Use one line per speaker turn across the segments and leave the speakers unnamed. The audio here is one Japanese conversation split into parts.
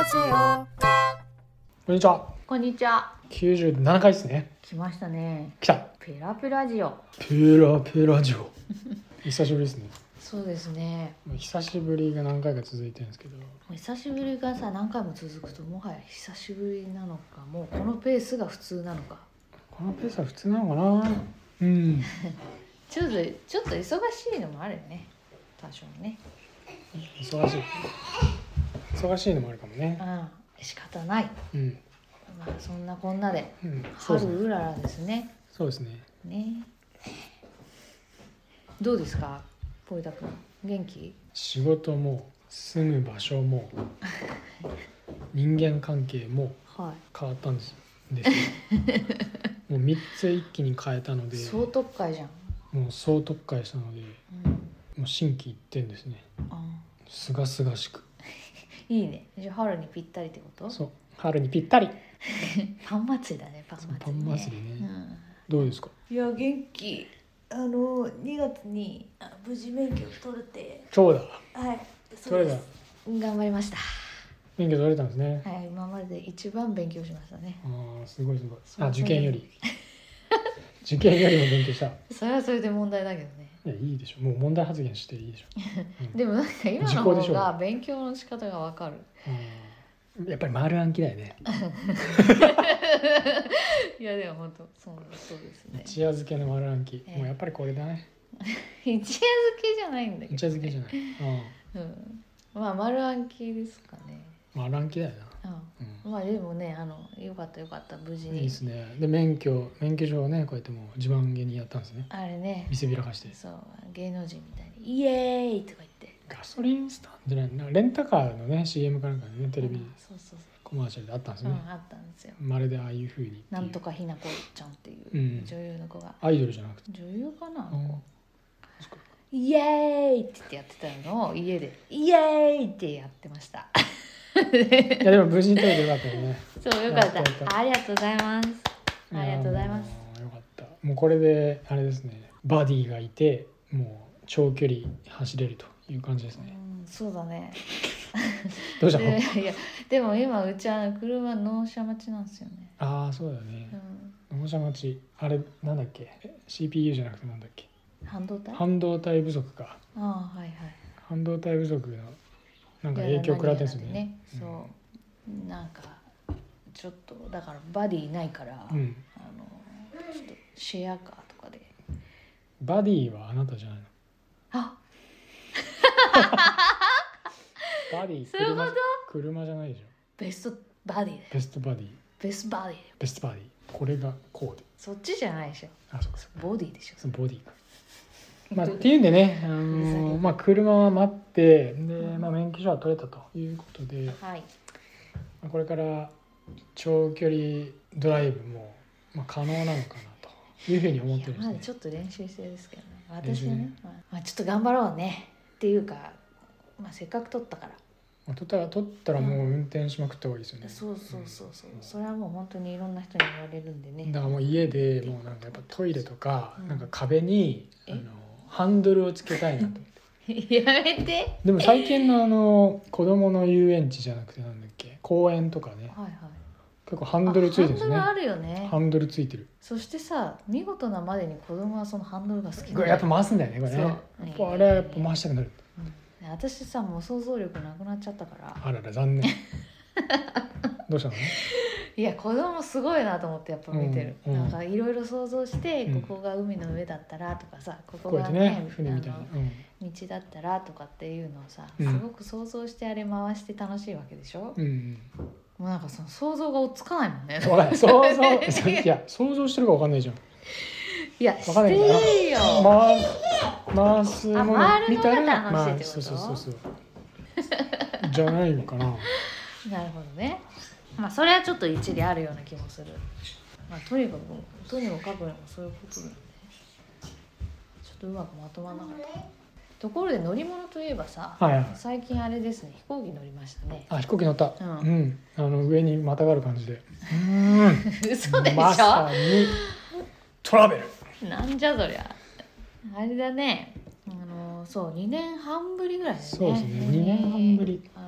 안녕하세요。
こんにちは。
こんにちは。
97回ですね。
来ましたね。
来た。
ペラペラジオ。
ペラペラジオ。久しぶりですね。
そうですね。
もう久しぶりが何回か続いてるんですけど。
久しぶりがさ何回も続くともはや久しぶりなのか、もうこのペースが普通なのか。
このペースは普通なのかな。うん。
ちょっと忙しいのもあるよね。多少ね。
忙しい。忙しいのもあるかもね。
うん。仕方ない。
うん。
まあそんなこんなで、
そうですね。
春うららですね。
そうですね。
ね。どうですか、ポイタ君。元気？
仕事も住む場所も人間関係も
は
変わったんですよ。もう3つ一気に変えたので、
総特会じゃん。
もう総特会したので、もう心機一転ですね。すがすがしく。
いいね。じゃあ春にぴったりってこと？
そう、春にぴったり。
パン祭りだね、パン祭りね。
パン祭りね。どうですか？
いや元気。2月に無事免許取れて。
そうだ。
はい。
取れた。
頑張りました。
免許取れたんですね。
はい、今までで一番勉強しましたね。
ああ、すごいすごい。あ、受験より。受験よりも勉強した。
それはそれで問題だけどね。
いや、いいでしょ。もう問題発言していいでしょ。
でもなんか今の方が勉強の仕方がわかる。
やっぱり丸暗記だよね。
いやでも本当そうですね。
一夜漬けの丸暗記、もうやっぱりこれだね。
一夜漬けじゃないんだけど、ね。
一夜漬けじゃない。
まあ丸暗記ですかね。
丸暗記だよな。
まあでもね、よかった無事に。
いいですね。で免許証をね、こうやってもう自慢げにやったんですね。
あれね。
見せびらかして。
そう、芸能人みたいにイエーイとか言って。
ガソリンスタンドじゃないな、レンタカーのね CM かなんかでね、テレビで
そう
コマーシャルであったんですね。
あったんですよ。
まるでああいう風に
なんとかひなこちゃんっていう女優の子が、
アイドルじゃなくて
女優かな、イエーイって言ってやってたのを家でイエーイってやってました。
いやでも無事に取れてよかったよね。
そうよかった。ありがとうございます。ありがとうございます。
よかった。もうこれであれですね、バディがいてもう長距離走れるという感じですね。
そうだね。
どうしたの？
いやでも今うちは車納車待ちなんですよね。
ああそうだよね。納車待ち、あれなんだっけ、 CPU じゃなくてなんだっけ、半導体不足か。
はいはい。
半導体不足のなんか影響食らってんですよね。
そう、なんかちょっとだからバディないから、ちょっとシェアカーとかで。
バディはあなたじゃないの？
あ
バディ車じゃないでしょ。
ベストバディ。
ベストバディ。
ベストバディ。
ベストバディ。これがこうで。
そっちじゃないでしょ。
あ、そうか。
ボディでしょ。
そのボディか。まあっていうんでね、まあ車は待ってで、免許証は取れたということで、これから長距離ドライブも可能なのかなというふうに思ってるんですね。
まだちょっと練習してですけどね。私はね、ちょっと頑張ろうねっていうか、せっかく取ったから。取
ったらもう運転しまくった方がいいですよね。
そうそれはもう本当にいろんな人に言われるんでね。
だからもう家でもうなんかやっぱトイレとか、なんか壁にハンドルをつけたいなと思って。
やめて。
でも最近の子供の遊園地じゃなくてなんだっけ、公園とかね、結構ハンドルついてるんですね。
ハンドルあるよね。
ハンドルついてる。そ
してさ、見事なまでに子供はそのハンドルが好きな
の。やっぱ回すんだよねこれね。あれはやっぱ回したくなる。
私さ、もう想像力なくなっちゃったから。
あらら残念。どうしたの？
いや子供すごいなと思ってやっぱ見てる。なんかいろいろ想像して、ここが海の上だったらとかさ、ここがね
船みたいな
道だったらとかっていうのをさ、すごく想像してあれ回して楽しいわけでしょ。もうなんかその想像が追っつかないもんね。
いや想像してるか分かんないじゃん。
いやしてるよ。
回すものみたいな。
楽しいってこと？
そうじゃないのかな。
なるほどね。それはちょっと一理あるような気もする。とにかく書くのもそういうことだよね。ちょっとうまくまとまらなかった。ところで乗り物といえばさ、最近あれですね、飛行機乗りましたね。
飛行機乗った。上にまたがる感じで。
嘘でしょ。
まさにトラベル。
なんじゃそりゃ。あれだね。そう2年半ぶりぐらいだね。
そうですね。2年半ぶり。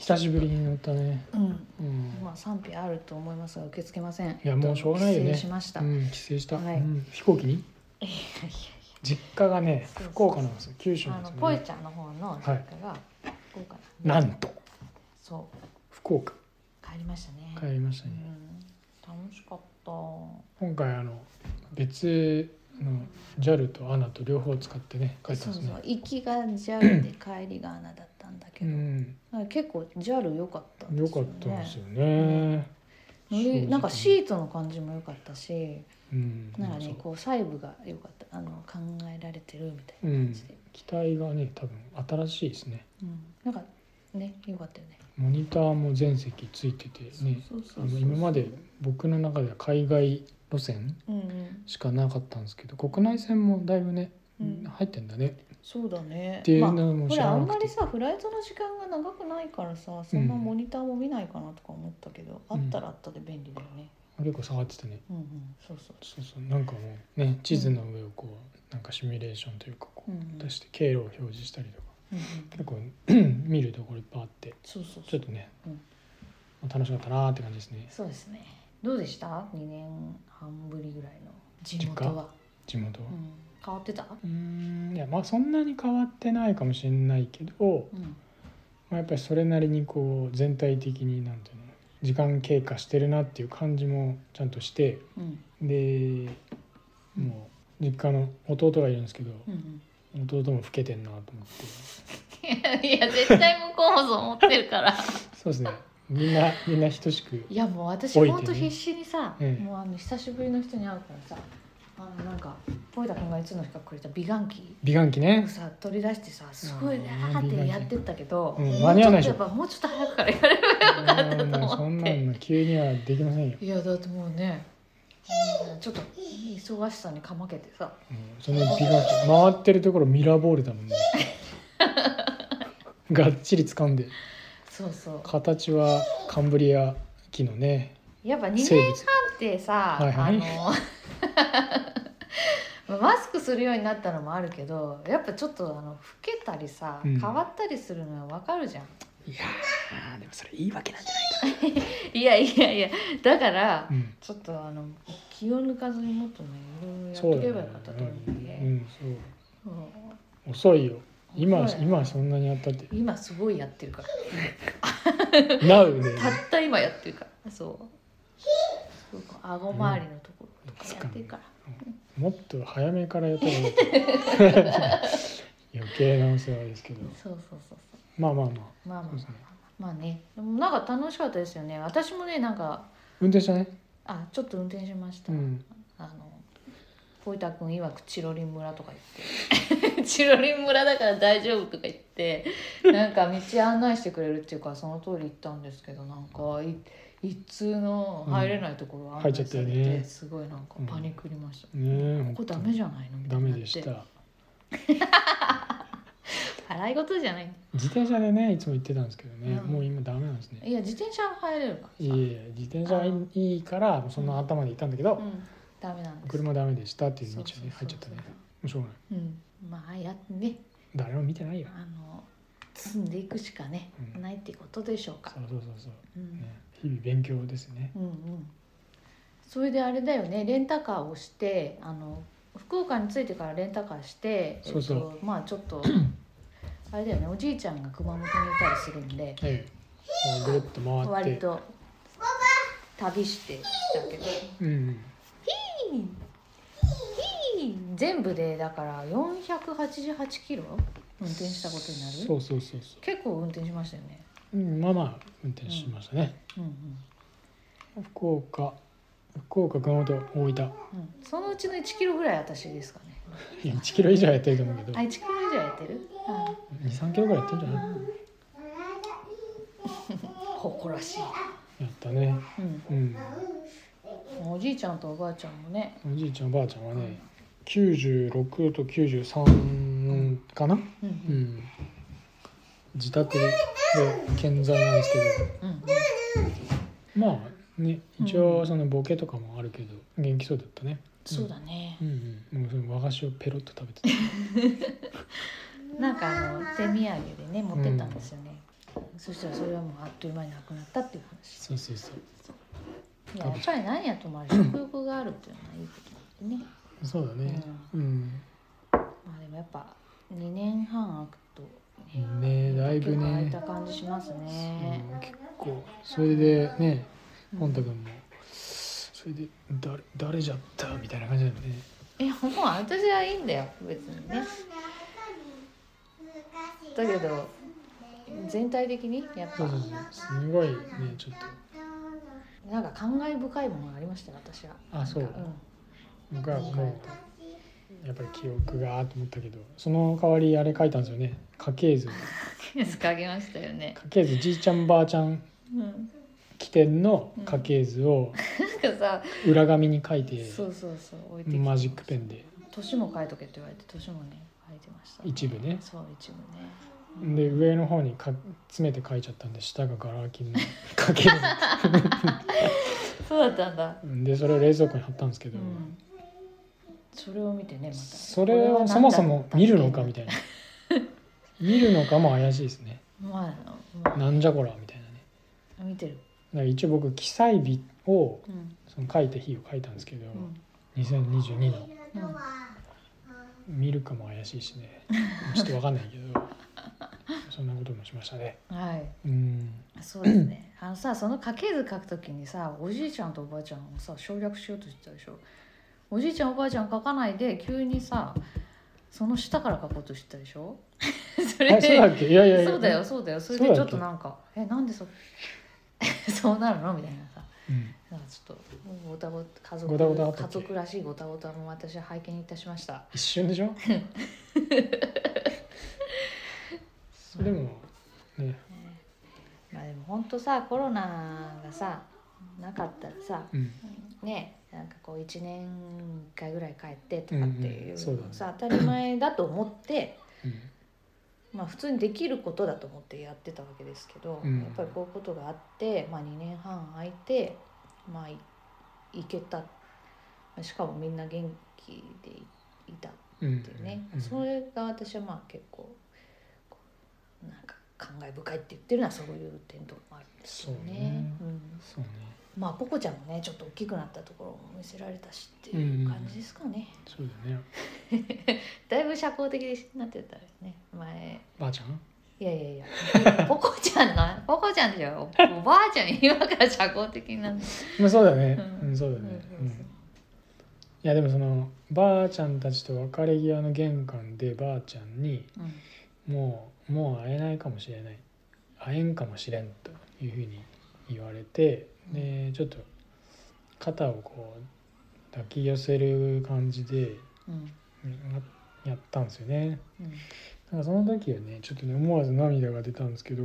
久しぶりに乗ったね。
まあ賛否あると思いますが受け付けません。
いやもうしょうがないよね。
帰省しました。
帰省した。
はい。
飛行機に？実家がね福岡なんですよ。九州なんですよね。
ポエちゃんの方の実家が福岡
なんと。
そう。
福岡。
帰りましたね。
帰りましたね。
楽しかった。
今回別の JAL と ANA と両方使ってね帰ったんですね。
そう行きが JAL で帰りが ANA だったんだけど、結構 JAL 良かったんですよね。良かったんですよね。なんかシートの感じも良かったし、なんかねこう細部が良かった、考えられてるみたいな感じで、
機体がね多分新しいですね。
なんかね良かったよね。
モニターも全席ついててね、今まで僕の中では海外路線しかなかったんですけど、国内線もだいぶね、入ってんだね。
そうだね。
っていうのも知らなくて、
あんまりさフライトの時間が長くないからさ、そんなモニターも見ないかなとか思ったけど、あったらあったで便利だよね。
結構下がってたね。
そう
なんかもうね地図の上をこうなんかシミュレーションというかこう出して経路を表示したりとか、結構見るところいっぱいあって、ちょっとね、楽しかったなーって感じですね。
そうですね。どうでした？2年半ぶりぐらいの地元は。
変
わってた？
いやまあそんなに変わってないかもしれないけど、やっぱりそれなりにこう全体的になんていうの時間経過してるなっていう感じもちゃんとして、でもう実家の弟がいるんですけど、弟も老けてんなと思って。
いや絶対向こうもそう思ってるから
そうですね。みんな等しく。
いやもう私ほんと必死にさ、もう久しぶりの人に会うからさ、なんかポイタ君がいつの日かくれた美顔器
ね
をさ取り出してさ、すごいなーってやってったけど、
間に合わないでしょ。
もうちょっと早くからやればよかったと思って。
そんなの急にはできませんよ。
いやだってもうね、ちょっと忙しさにかまけてさ、
その美顔器回ってるところミラーボールだもんね。がっちり掴んで。そう形はカンブリア紀のね。
やっぱ2年半ってさ、マスクするようになったのもあるけど、やっぱちょっと老けたりさ、変わったりするのは分かるじゃん。
いやでもそれいいわけなんじゃないかな。
いやだから、ちょっと気を抜かずにもっとねいろいろやっていけばよかったと思うんで。
遅いよ。今そんなにやったって。
今すごいやってるから。
Now
たった今やってるから。顎周りのところとかやってるから。
もっと早めからやったらいい。余計なお世話ですけど。ま
あね。でもなんか楽しかったですよね。私もねなんか
運転したね。
ちょっと運転しました。ポイタ君曰くチロリン村とか言ってチロリン村だから大丈夫とか言ってなんか道案内してくれるっていうかその通り行ったんですけど、なんか一通の入れないところ案内されて、すごいなんかパニクりました。ここダメじゃないのみたいな。
ダメでした。
払い事じゃない。
自転車でねいつも行ってたんですけどね、もう今ダメなんですね。
いや自転車は入れるから
さ。自転車はいいからその頭で行ったんだけど、
ダメなんです。
車ダメでしたっていう道に入っちゃったね。もうしょうがない。
まあやってね。
誰も見てないよ。
積んでいくしかね、ないってことでしょうか。日々勉強ですね。それであれだよね、レンタカーをして福岡に着いてからレンタカーして、まあちょっとあれだよね、おじいちゃんが熊本にいたりするんで、
ぐるっと回って
割と旅してきたけど、全部でだから488キロ運転したことになる。そう結構運転しましたよね。
まあ運転しましたね。福岡熊本大分、
そのうちの1キロぐらい私ですかね。
いや1キロ以上やってると思うけど。
1キロ以上やってる
？2、3キロぐらいやってるんじゃない？
誇らしい。
やったね。
おじいちゃんとおばあちゃんもね。
おじいちゃんおばあちゃんはね、96と93かな。自宅で健在なんですけど、まあね一応そのボケとかもあるけど元気そうだったね。
そうだね。
もうその和菓子をペロッと食べてた。
なんか手土産でね持ってったんですよね。 そしたらそれはもうあっという間になくなったっていう話。
そうそうそう。
いややっぱり何やともあれ食欲があるっていうのはいいことなんでね。
そうだね。
まあでもやっぱ2年半空くと
ね、だいぶね。
結構空いた感じしますね。
結構それでね、ポンタ君もそれで誰じゃったみたいな感じだよね。
いやもう私はいいんだよ別にね。だけど全体的にやっぱ
そうすごいねちょっ
となんか感慨深いものがありましたよ私は。
あ、そう。僕はもうやっぱり記憶がと思ったけど、その代わりあれ書いたんですよね。家系図。
書きましたよね。
家系図、じいちゃんばあちゃん起点の家系図を
なんかさ
裏紙に書いて、
そう置いてきて
マジックペンで
年も書いとけって言われて年もね書いてました、ね、
一部ね。
そう一部ね。
で上の方に詰めて書いちゃったんで下がガラ空きの家系図
そうだったんだ。
でそれを冷蔵庫に貼ったんですけど、
それを見てねまた
それをそもそも見るのかみたいな見るのかも怪しいですね。なんじゃこらみたいなね。
見てる。
だから一応僕記載日を、その書いた日を書いたんですけど、2022の、見るかも怪しいしねちょっと分かんないけどそんなこともしましたね。
はい。そうですね。その家系図書くときにさ、おじいちゃんとおばあちゃんをさ省略しようとしてたでしょ。おじいちゃんおばあちゃん書かないで急にさその下から書こうとしてたでしょ。それで
そうだっけ。いや
そうだよ。それでちょっとなんかなんでそうなるのみたいなさ、なんかちょっとごたごた家族らしいごたごたも私は拝見いたしました。
一瞬でしょそれもね。
まあでも本当さコロナがさなかったらさ、ねなんかこう1年1回ぐらい帰ってとかっていうさ当たり前だと思ってまあ普通にできることだと思ってやってたわけですけど、やっぱりこういうことがあって、まあ、2年半空いてまあいけた、しかもみんな元気でいたっていうね、それが私はまあ結構なんか感慨深いって言ってるのはそういう点とかもあるんですよね。
そうね。
まあポコちゃんもねちょっと大きくなったところも見せられたしっていう感じですかね。
そうだね。
だいぶ社交的になってたよね前。
ばあちゃん？
いやポコちゃんでしょ。おばあちゃん今から社交的になる。
そうだね。そうだね。いやでもそのばあちゃんたちと別れ際の玄関でばあちゃんに、もう会えないかもしれない、会えんかもしれんというふうに言われて、でちょっと肩をこう抱き寄せる感じでやったんですよね。なんかその時はねちょっとね思わず涙が出たんですけど、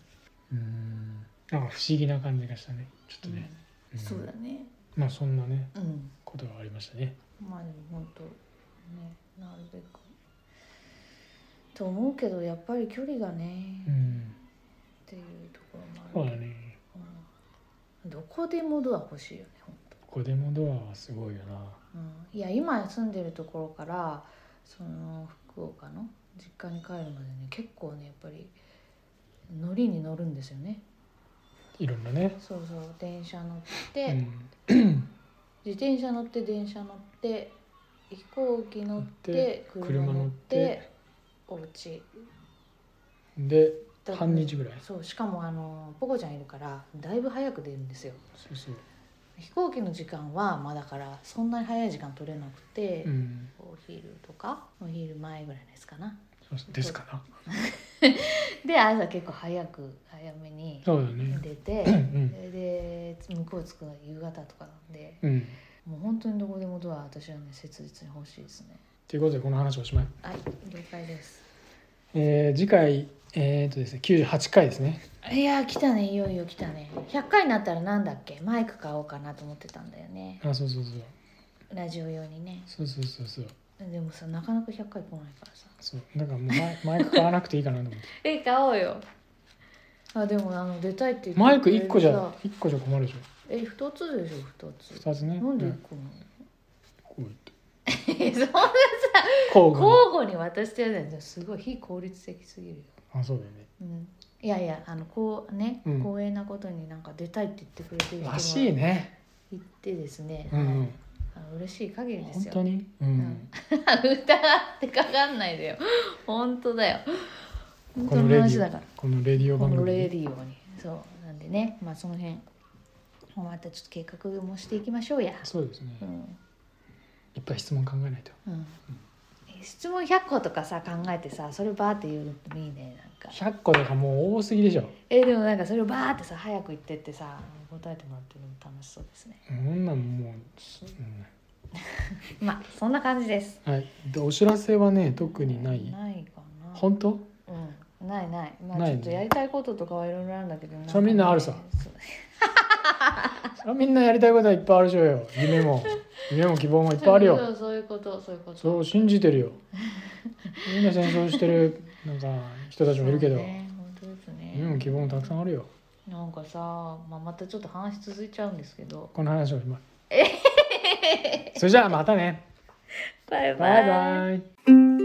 なんか不思議な感じがしたねちょっとね。
そうだね。
まあそんなね、ことがありましたね。
まあでも本当ねなるべくと思うけどやっぱり距離がね、っていうところもある。
そうだね。
どこでもドア欲しいよね本当。
どこでもドアはすごいよな。
いや今住んでるところからその福岡の実家に帰るまでね結構ねやっぱり乗りに乗るんですよね。
いろんなね。
そう電車乗って、自転車乗って電車乗って飛行機乗って車乗ってお家
で半日ぐらい。
そうしかもポコちゃんいるからだいぶ早く出るんですよ。飛行機の時間はまあだからそんなに早い時間取れなくて、お昼とかお昼前ぐらいですかな。
ですかな。
で朝結構早めに出て、で向こう着くの夕方とかなんで、もう本当にどこでもドア私はね切実に欲しいですね。
ということでこの話おしまい。
はい了解です。
次回ですね98回ですね。
いや来たねいよいよ来たね。100回になったらなんだっけマイク買おうかなと思ってたんだよね。
そう
ラジオ用にね。
そう
でもさなかなか100回来ないからさ。
そうだからもうマイク買わなくていいかなと思って。
買おうよ。でも出たいって言って
マイク1個じゃ困るでしょ。
2つでしょ2つね。なんで1個なの？
こう言って
そんなさ交互に渡してやるんじゃすごい非効率的すぎるよ。
そうだよね。
いやいやこうね、
うん
光栄なことになんか出たいって言ってくれてる人
らしい
が
ね。
いてですね、
うんうん、
嬉しい限りですよ。
本当に、うん、
疑ってかかんないでよ。本当だよ。本当の
このレディ
話だから。
オ、このレディオ
この
番組
レディオに。そうなんでね、まあその辺またちょっと計画もしていきましょうや。
そうですね、
うん
いっぱい質問考えないと。
うん、質問100個とかさ考えてさ、それバーって言うのもいいね。なんか
100個とかもう多すぎでしょ。
でもなんかそれをバーってさ早く言ってってさ答えてもらってるのも楽しそうですね。
こんなんもう、
まあそんな感じです。
はい。でお知らせはね特にない。
ないかな。
本当？
うん、ないない。まあ
ないね
ちょっとやりたいこととかはいろいろあるんだけど、
それみんなあるさ。
そう
それみんなやりたいことはいっぱいあるでしょうよ。夢も希望もいっぱいあるよ。
そういうことそういうこと。
そう信じてるよ。みんな戦争してるなんか人たちもいるけど、
ね、本当ですね。
夢も希望もたくさんあるよ。
なんかさ、またちょっと話続いちゃうんですけど。
この話を今。それじゃあまたね。
バイバイ。
バイバイ。